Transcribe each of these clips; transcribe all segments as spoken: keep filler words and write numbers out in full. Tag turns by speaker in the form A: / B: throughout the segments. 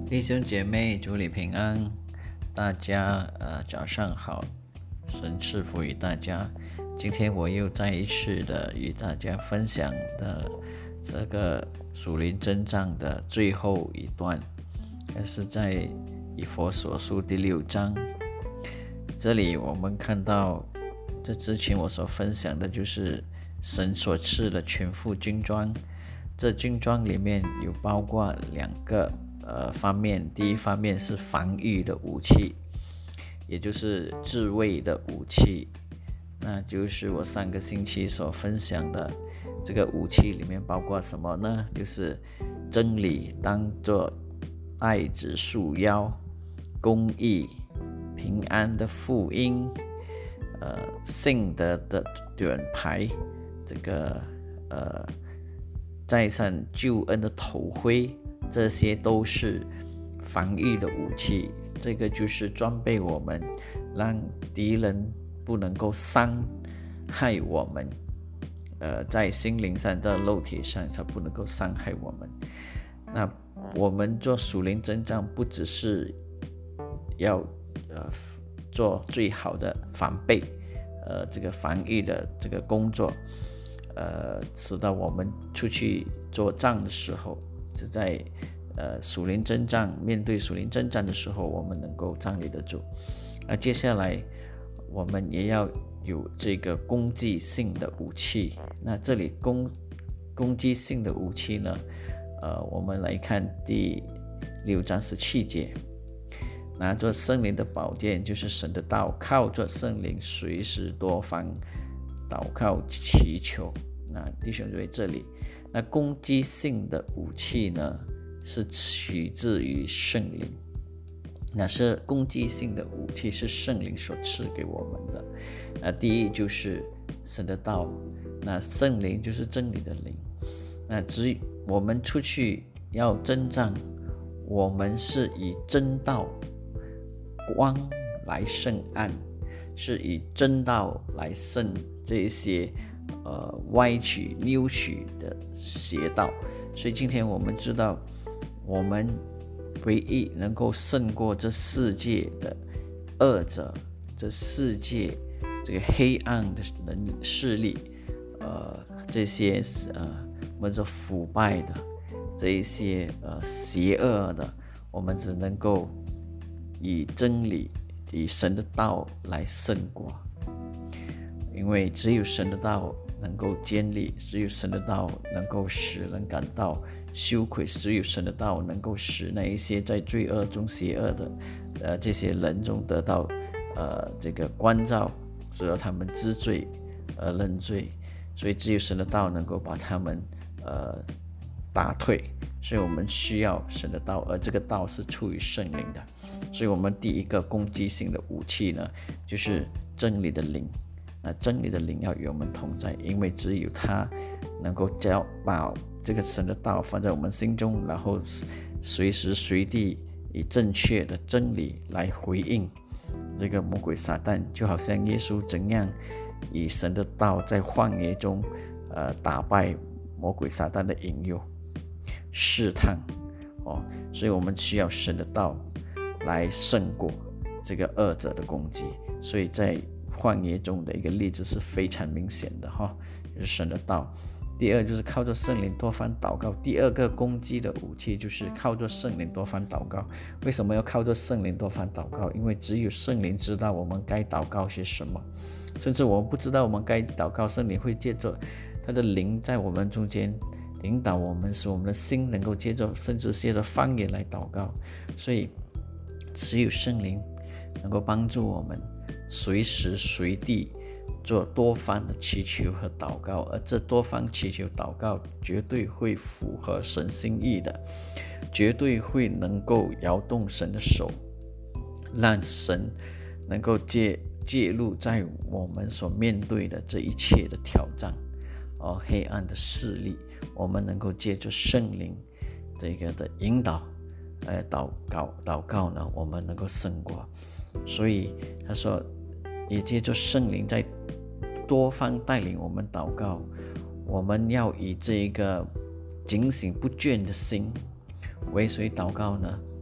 A: 弟兄姐妹，主里平安，大家呃早上好，神赐福于大家。今天我又再一次的与大家分享的这个属灵征战的最后一段，也是在以弗所书第六章。这里我们看到，这之前我所分享的就是神所赐的全副军装。这军装里面有包括两个呃方面，第一方面是防御的武器，也就是自卫的武器，那就是我上个星期所分享的。这个武器里面包括什么呢？就是真理当作带子束腰，公义、平安的福音，呃，信德的盾牌，这个呃。戴上救恩的头盔，这些都是防御的武器。这个就是装备我们，让敌人不能够伤害我们，呃，在心灵上，在肉体上，他不能够伤害我们。那我们做属灵征战，不只是要呃做最好的防备，呃，这个防御的这个工作。呃，使到我们出去作战的时候，就在呃属灵征战，面对属灵征战的时候，我们能够站立得住。那接下来我们也要有这个攻击性的武器。那这里攻攻击性的武器呢，呃，我们来看第六章十七节，拿着圣灵的宝剑，就是神的道，靠着圣灵随时多方祷告祈求。那弟兄姊妹，这里那攻击性的武器呢，是取自于圣灵。那是攻击性的武器是圣灵所赐给我们的。那第一就是神的道，那圣灵就是真理的灵。那只我们出去要征战，我们是以真道光来胜暗，是以真道来胜这一些呃歪曲扭曲的邪道。所以今天我们知道，我们唯一能够胜过这世界的恶者，这世界这个黑暗的势力，呃这些呃我们说腐败的这一些呃邪恶的，我们只能够以真理以神的道来胜过。因为只有神的道能够建立，只有神的道能够使人感到羞愧，只有神的道能够使那一些在罪恶中邪恶的呃这些人中得到呃这个关照，使得他们知罪而认罪。所以只有神的道能够把他们呃打退，所以我们需要神的道，而这个道是出于圣灵的。所以我们第一个攻击性的武器呢，就是真理的灵。那真理的灵要与我们同在，因为只有他能够教把这个神的道放在我们心中，然后随时随地以正确的真理来回应这个魔鬼撒旦，就好像耶稣怎样以神的道在旷野中呃打败魔鬼撒旦的引诱试探哦，所以我们需要神的道来胜过这个恶者的攻击。所以在旷野中的一个例子是非常明显的哈，就是神的道。第二就是靠着圣灵多番祷告。第二个攻击的武器就是靠着圣灵多番祷告。为什么要靠着圣灵多番祷告？因为只有圣灵知道我们该祷告些什么，甚至我们不知道我们该祷告，圣灵会借着他的灵在我们中间引导我们，使我们的心能够借着甚至借着方言来祷告。所以只有圣灵能够帮助我们随时随地做多方的祈求和祷告，而这多方祈求祷告绝对会符合神心意的，绝对会能够摇动神的手，让神能够介介入在我们所面对的这一切的挑战哦，黑暗的势力，我们能够借着圣灵这个的引导呃祷告祷告呢，我们能够胜过。所以他说也借着圣灵在多方带领我们祷告，我们要以这个警醒不倦的心为谁祷告呢？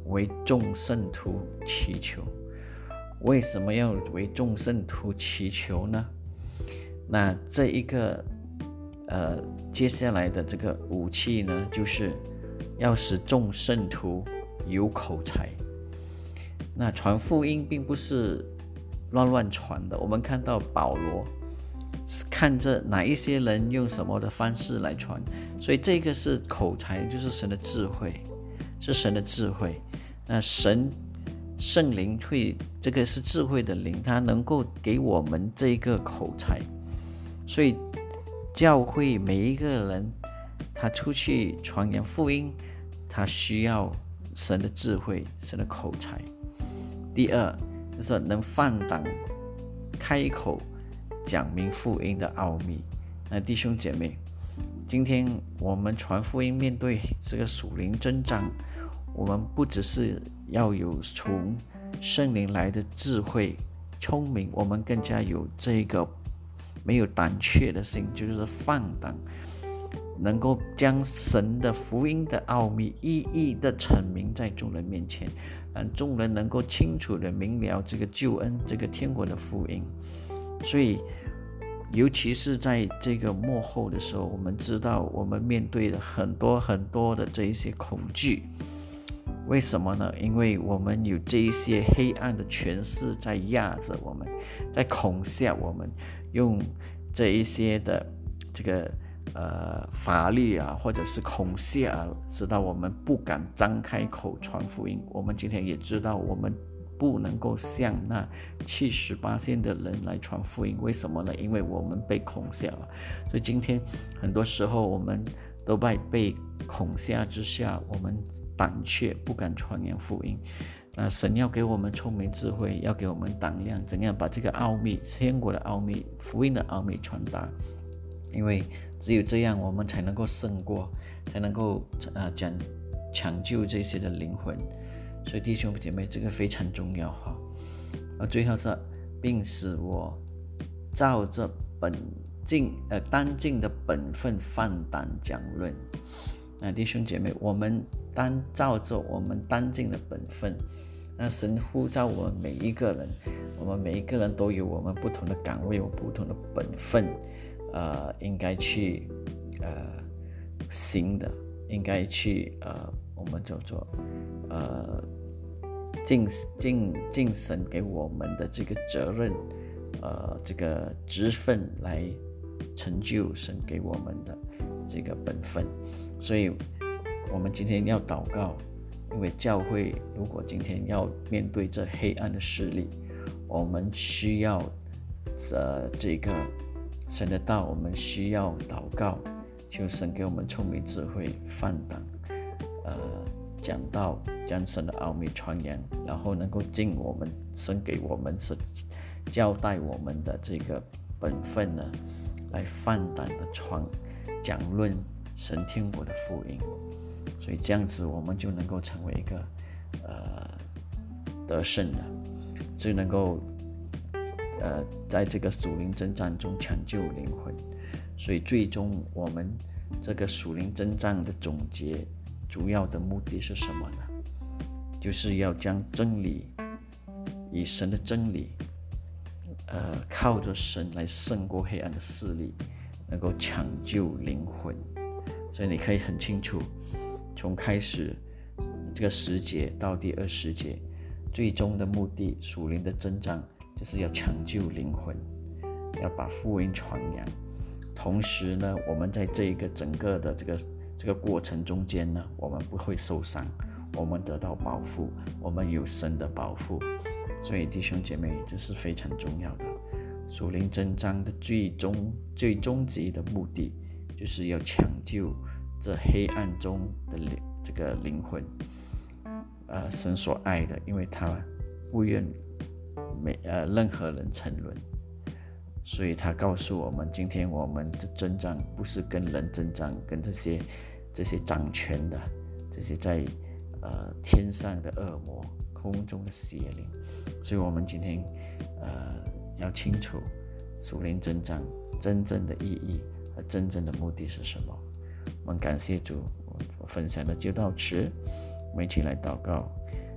A: 为众圣徒祈求。为什么要为众圣徒祈求呢？那这一个呃接下来的这个武器呢，就是要使众圣徒有口才。那传福音并不是乱乱传的，我们看到保罗看着哪一些人用什么的方式来传，所以这个是口才，就是神的智慧，是神的智慧。那神圣灵会，这个是智慧的灵，它能够给我们这个口才。所以教会每一个人他出去传扬福音，他需要神的智慧，神的口才。第二就是能放胆开口讲明福音的奥秘。那弟兄姐妹，今天我们传福音，面对这个属灵征战，我们不只是要有从圣灵来的智慧聪明，我们更加有这个没有胆怯的心，就是放胆能够将神的福音的奥秘一一的阐明在众人面前，让众人能够清楚的明了这个救恩，这个天国的福音。所以尤其是在这个末后的时候，我们知道我们面对了很多很多的这一些恐惧。为什么呢？因为我们有这一些黑暗的权势在压着我们，在恐吓我们，用这一些的这个呃法律啊，或者是恐吓啊，使到我们不敢张开口传福音。我们今天也知道，我们不能够向那 百分之七十八 的人来传福音。为什么呢？因为我们被恐吓了。所以今天很多时候我们都在被恐吓之下，我们胆怯，不敢传扬福音。那神要给我们聪明智慧，要给我们胆量，怎样把这个奥秘，天国的奥秘，福音的奥秘传达。因为只有这样，我们才能够胜过，才能够呃讲抢救这些的灵魂。所以弟兄姐妹，这个非常重要哈。而最后是，并使我照着本尽呃当尽的本分放胆讲论。那弟兄姐妹，我们当照着我们当尽的本分。那神呼召我们每一个人，我们每一个人都有我们不同的岗位，有不同的本分，呃，应该去呃行的，应该去呃我们叫做呃尽尽尽神给我们的这个责任，呃这个职分来成就神给我们的这个本分。所以我们今天要祷告，因为教会如果今天要面对这黑暗的势力，我们需要呃这个神的道，我们需要祷告，求神给我们聪明智慧，放胆呃讲道，将神的奥秘传扬，然后能够尽我们神给我们所交代我们的这个本分呢，来放胆的传讲论神天国的福音。所以这样子我们就能够成为一个呃得胜的，就能够呃在这个属灵征战中抢救灵魂。所以最终我们这个属灵征战的总结主要的目的是什么呢？就是要将真理，以神的真理呃靠着神来胜过黑暗的势力，能够抢救灵魂。所以你可以很清楚，从开始这个十节到第二十节，最终的目的，属灵的征战就是要抢救灵魂，要把福音传扬。同时呢，我们在这一个整个的这个这个过程中间呢，我们不会受伤，我们得到保护，我们有神的保护。所以弟兄姐妹，这是非常重要的。属灵征战的最终最终极的目的，就是要抢救这黑暗中的这个灵魂，呃，神所爱的，因为他不愿每呃任何人沉沦，所以他告诉我们，今天我们的征战不是跟人征战，跟这些这些掌权的，这些在呃天上的恶魔，空中的邪灵。所以我们今天呃要清楚属灵征战真正的意义和真正的目的是什么。我们感谢主，我分享的就到此，我们一起来祷告。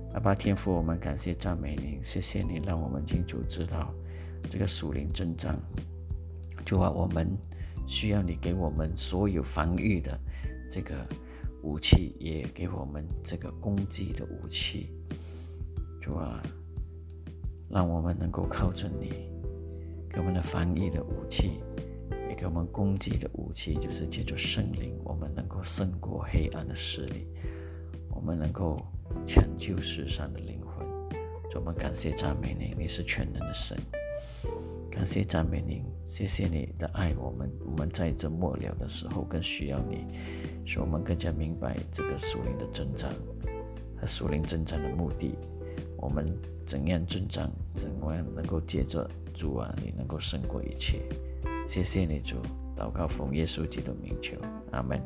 A: 阿爸天父，我们感谢赞美您，谢谢你让我们清楚知道这个属灵征战。主啊，我们需要你给我们所有防御的这个武器，也给我们这个攻击的武器。主啊，让我们能够靠着你，给我们的防御的武器，也给我们攻击的武器，就是借助圣灵，我们能够胜过黑暗的势力，我们能够抢救世上的灵魂。主，我们感谢赞美你，你是全能的神。感谢赞美您，谢谢你的爱我们。我们在这末了的时候更需要你，使我们更加明白这个属灵的征战和属灵征战的目的。我们怎样征战，怎样能够借着主啊，你能够胜过一切。谢谢你主，祷告奉耶稣基督名求，阿们。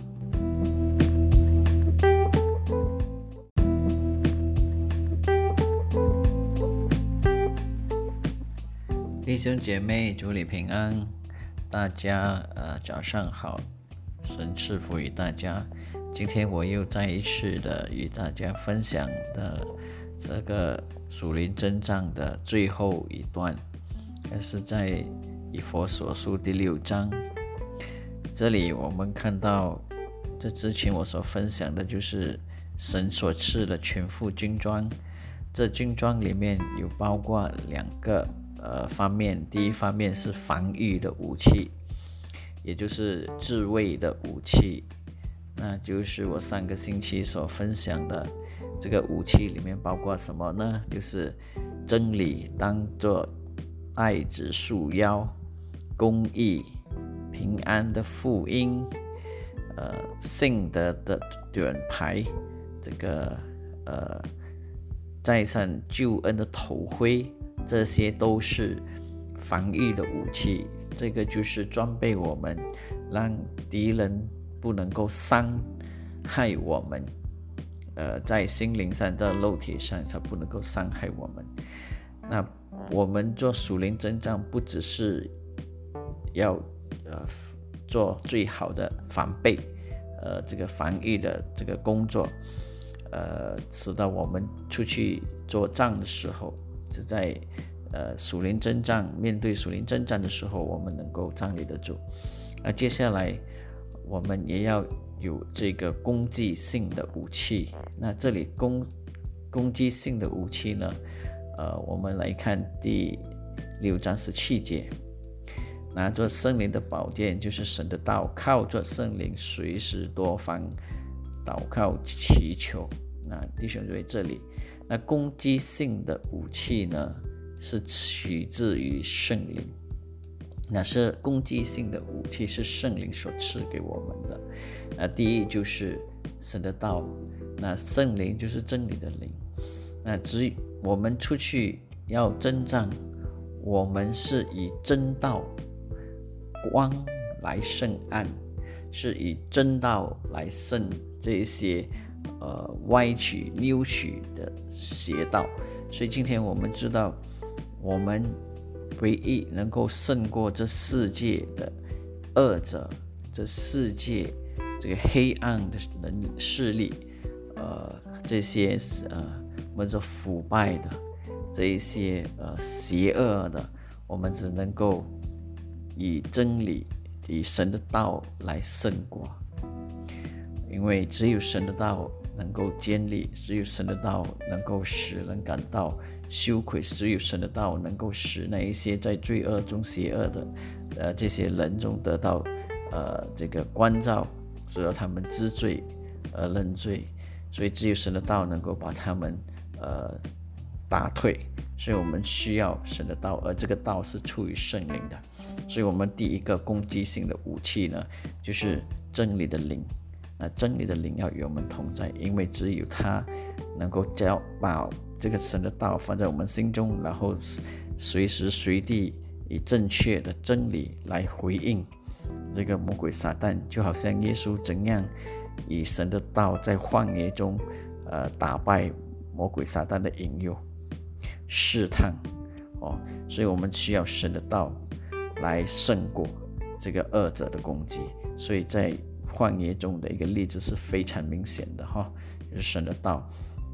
A: 弟兄姐妹，主里平安，大家呃早上好，神赐福于大家。今天我又再一次的与大家分享的这个属灵征战的最后一段，也是在以弗所书第六章。这里我们看到，这之前我所分享的就是神所赐的全副军装。这军装里面有包括两个呃方面，第一方面是防御的武器，也就是自卫的武器，那就是我上个星期所分享的。这个武器里面包括什么呢？就是真理当作带子束腰，公义、平安的福音，呃，信德的盾牌，这个呃，戴上救恩的头盔，这些都是防御的武器。这个就是装备我们，让敌人不能够伤害我们。呃，在心灵上，在肉体上，它不能够伤害我们。那我们做属灵征战，不只是要呃做最好的防备，呃，这个防御的这个工作，呃，使到我们出去作战的时候，是在呃属灵征战，面对属灵征战的时候，我们能够站立得住。那接下来我们也要有这个攻击性的武器。那这里攻攻击性的武器呢，呃，我们来看第六章十七节，拿着圣灵的宝剑，就是神的道，靠着圣灵随时多方祷告祈求。那弟兄姊妹，这里那攻击性的武器呢，是取自于圣灵。那是攻击性的武器，是圣灵所赐给我们的。那第一就是神的道，那圣灵就是真理的灵。那只我们出去要征战，我们是以真道光来胜暗，是以真道来胜这些呃歪曲扭曲的邪道。所以今天我们知道，我们唯一能够胜过这世界的恶者，这世界这个黑暗的势力，呃，这些呃我们说腐败的，这一些呃邪恶的，我们只能够以真理、以神的道来胜过，因为只有神的道能够建立，只有神的道能够使人感到羞愧，只有神的道能够使那一些在罪恶中邪恶的呃这些人中得到呃这个关照，直到他们知罪而认罪。所以只有神的道能够把他们呃打退，所以我们需要神的道，而这个道是出于圣灵的。所以我们第一个攻击性的武器呢，就是真理的灵。那真理的灵要与我们同在，因为只有他能够教把这个神的道放在我们心中，然后随时随地以正确的真理来回应这个魔鬼撒旦，就好像耶稣怎样以神的道在旷野中呃打败魔鬼撒旦的引诱试探哦，所以我们需要神的道来胜过这个恶者的攻击。所以在旷野中的一个例子是非常明显的哈，就是神的道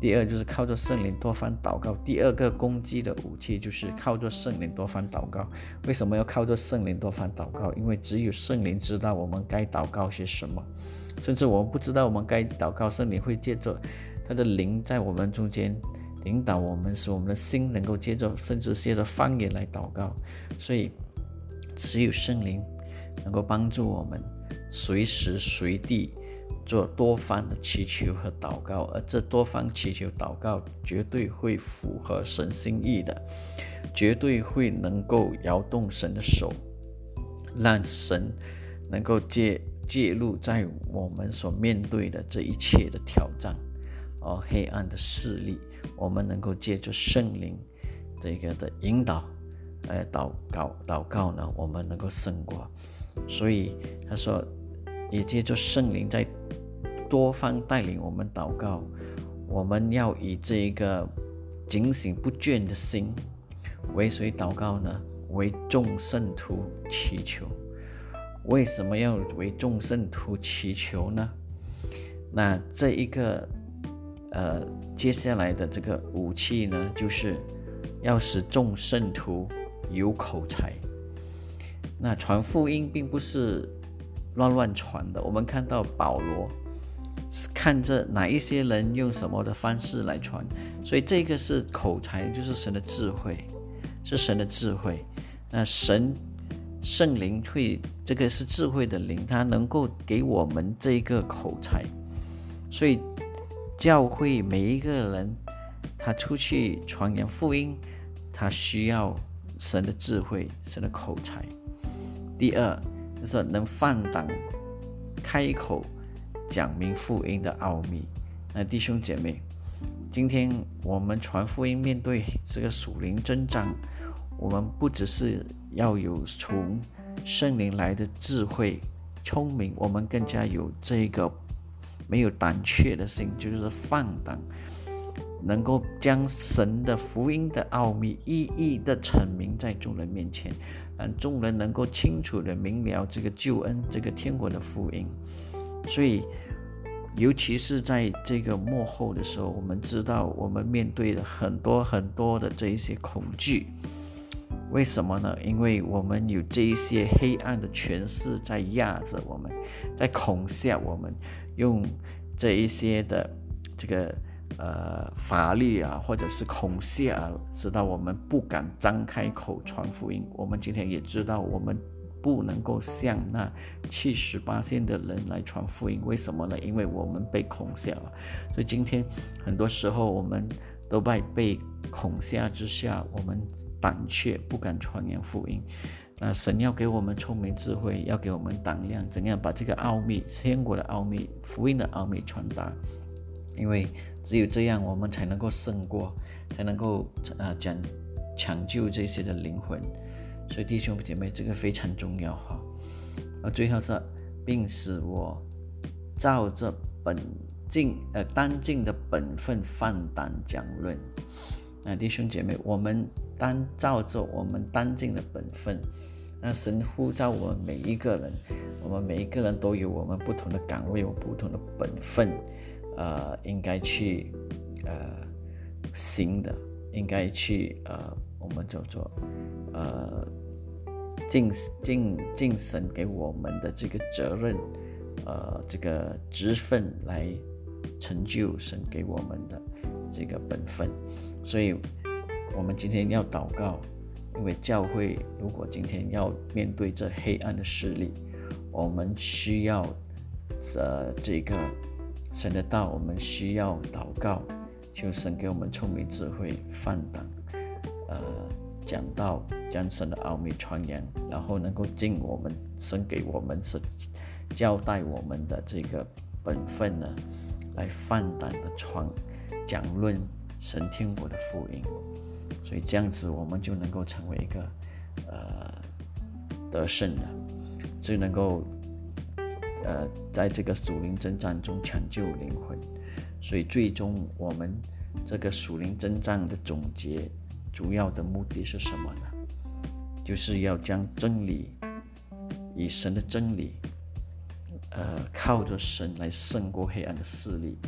A: 第二就是靠着圣灵多番祷告。第二个攻击的武器就是靠着圣灵多番祷告。为什么要靠着圣灵多番祷告？因为只有圣灵知道我们该祷告些什么，甚至我们不知道我们该祷告，圣灵会借着他的灵在我们中间引导我们，使我们的心能够借着甚至借着方言来祷告。所以只有圣灵能够帮助我们随时随地做多方的祈求和祷告，而这多方祈求祷告绝对会符合神心意的，绝对会能够摇动神的手，让神能够介介入在我们所面对的这一切的挑战和黑暗的势力，我们能够借着圣灵这个的引导呃祷告祷告呢，我们能够胜过。所以他说也借着圣灵在多方带领我们祷告，我们要以这一个警醒不倦的心为谁祷告呢？为众圣徒祈求。为什么要为众圣徒祈求呢？那这一个呃接下来的这个武器呢，就是要使众圣徒有口才。那传福音并不是乱乱传的，我们看到保罗看着哪一些人用什么的方式来传，所以这个是口才，就是神的智慧，是神的智慧。那神圣灵会，这个是智慧的灵，它能够给我们这个口才。所以教会每一个人他出去传扬福音，他需要神的智慧，神的口才。第二就是能放胆开口讲明福音的奥秘。那弟兄姐妹，今天我们传福音，面对这个属灵征战，我们不只是要有从圣灵来的智慧聪明，我们更加有这个没有胆怯的心，就是放胆能够将神的福音的奥秘一一的阐明在众人面前，让众人能够清楚的明了这个救恩，这个天国的福音。所以尤其是在这个末后的时候，我们知道我们面对了很多很多的这一些恐惧。为什么呢？因为我们有这一些黑暗的权势在压着我们，在恐吓我们，用这一些的这个呃法律啊，或者是恐吓啊，使到我们不敢张开口传福音。我们今天也知道，我们不能够向那七十八线的人来传福音。为什么呢？因为我们被恐吓了。所以今天很多时候我们都在被恐吓之下，我们胆怯，不敢传扬福音。那神要给我们聪明智慧，要给我们胆量，怎样把这个奥秘，天国的奥秘，福音的奥秘传达。因为只有这样，我们才能够胜过，才能够呃讲抢救这些的灵魂。所以弟兄姐妹，这个非常重要哈。而最后是，并使我照着本尽呃当尽的本分放胆讲论。那弟兄姐妹，我们当照着我们当尽的本分。那神呼召我们每一个人，我们每一个人都有我们不同的岗位，有不同的本分，呃，应该去呃行的，应该去呃我们叫做呃尽尽尽神给我们的这个责任，呃这个职分来成就神给我们的这个本分。所以我们今天要祷告，因为教会如果今天要面对这黑暗的势力，我们需要呃这个神的道，我们需要祷告，求神给我们聪明智慧，放胆呃讲道，将神的奥秘传扬，然后能够尽我们神给我们是交代我们的这个本分呢，来放胆的传讲论神天国的福音。所以这样子我们就能够成为一个呃得胜的，就能够呃在这个属灵征战中抢救灵魂。所以最终我们这个属灵征战的总结主要的目的是什么呢？就是要将真理，以神的真理呃靠着神来胜过黑暗的势力，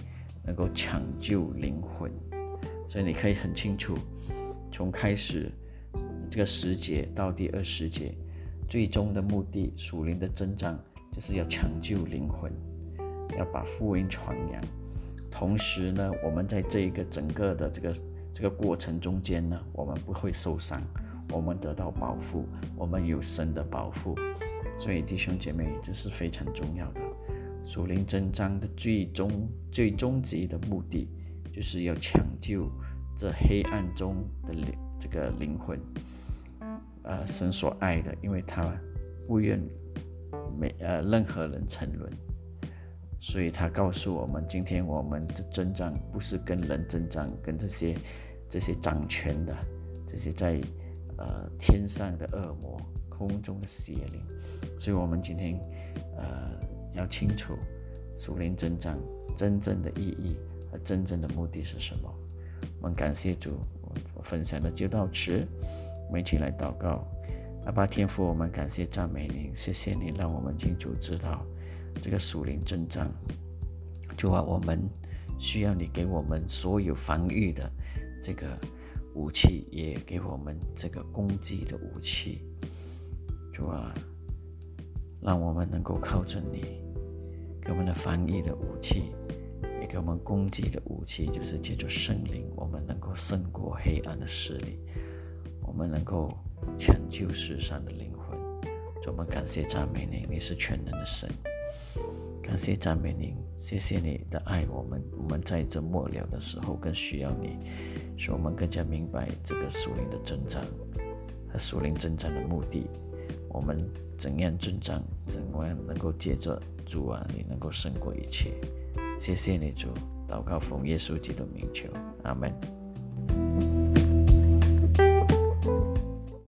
A: 能够抢救灵魂。所以你可以很清楚，从开始这个十节到第二十节，最终的目的，属灵的增长就是要抢救灵魂，要把福音传扬。同时呢，我们在这一个整个的这个这个过程中间呢，我们不会受伤，我们得到保护，我们有神的保护。所以弟兄姐妹，这是非常重要的。属灵增长的最终最终极的目的，就是要抢救这黑暗中的这个灵魂，呃，神所爱的，因为他不愿每呃任何人沉沦。所以他告诉我们，今天我们的增长不是跟人增长，跟这些这些掌权的，这些在呃天上的恶魔，空中的邪灵。所以我们今天呃要清楚属灵增长真正的意义和真正的目的是什么。我们感谢主，我分享的就到此，我们一起来祷告。阿爸天父，我们感谢赞美你，谢谢你让我们清楚知道这个属灵增长。主啊，我们需要你给我们所有防御的这个武器，也给我们这个攻击的武器。主啊，让我们能够靠着你，给我们的防御的武器，也给我们攻击的武器，就是借着圣灵，我们能够胜过黑暗的势力，我们能够抢救世上的灵魂。主，我们感谢赞美你，你是全能的神。感谢赞美你，谢谢你的爱我们。我们在这末了的时候更需要你，使我们更加明白这个属灵的增长和属灵增长的目的。我们怎样增长，怎样能够借着主啊，你能够胜过一切。谢谢你主，祷告奉耶稣基督名求，阿们。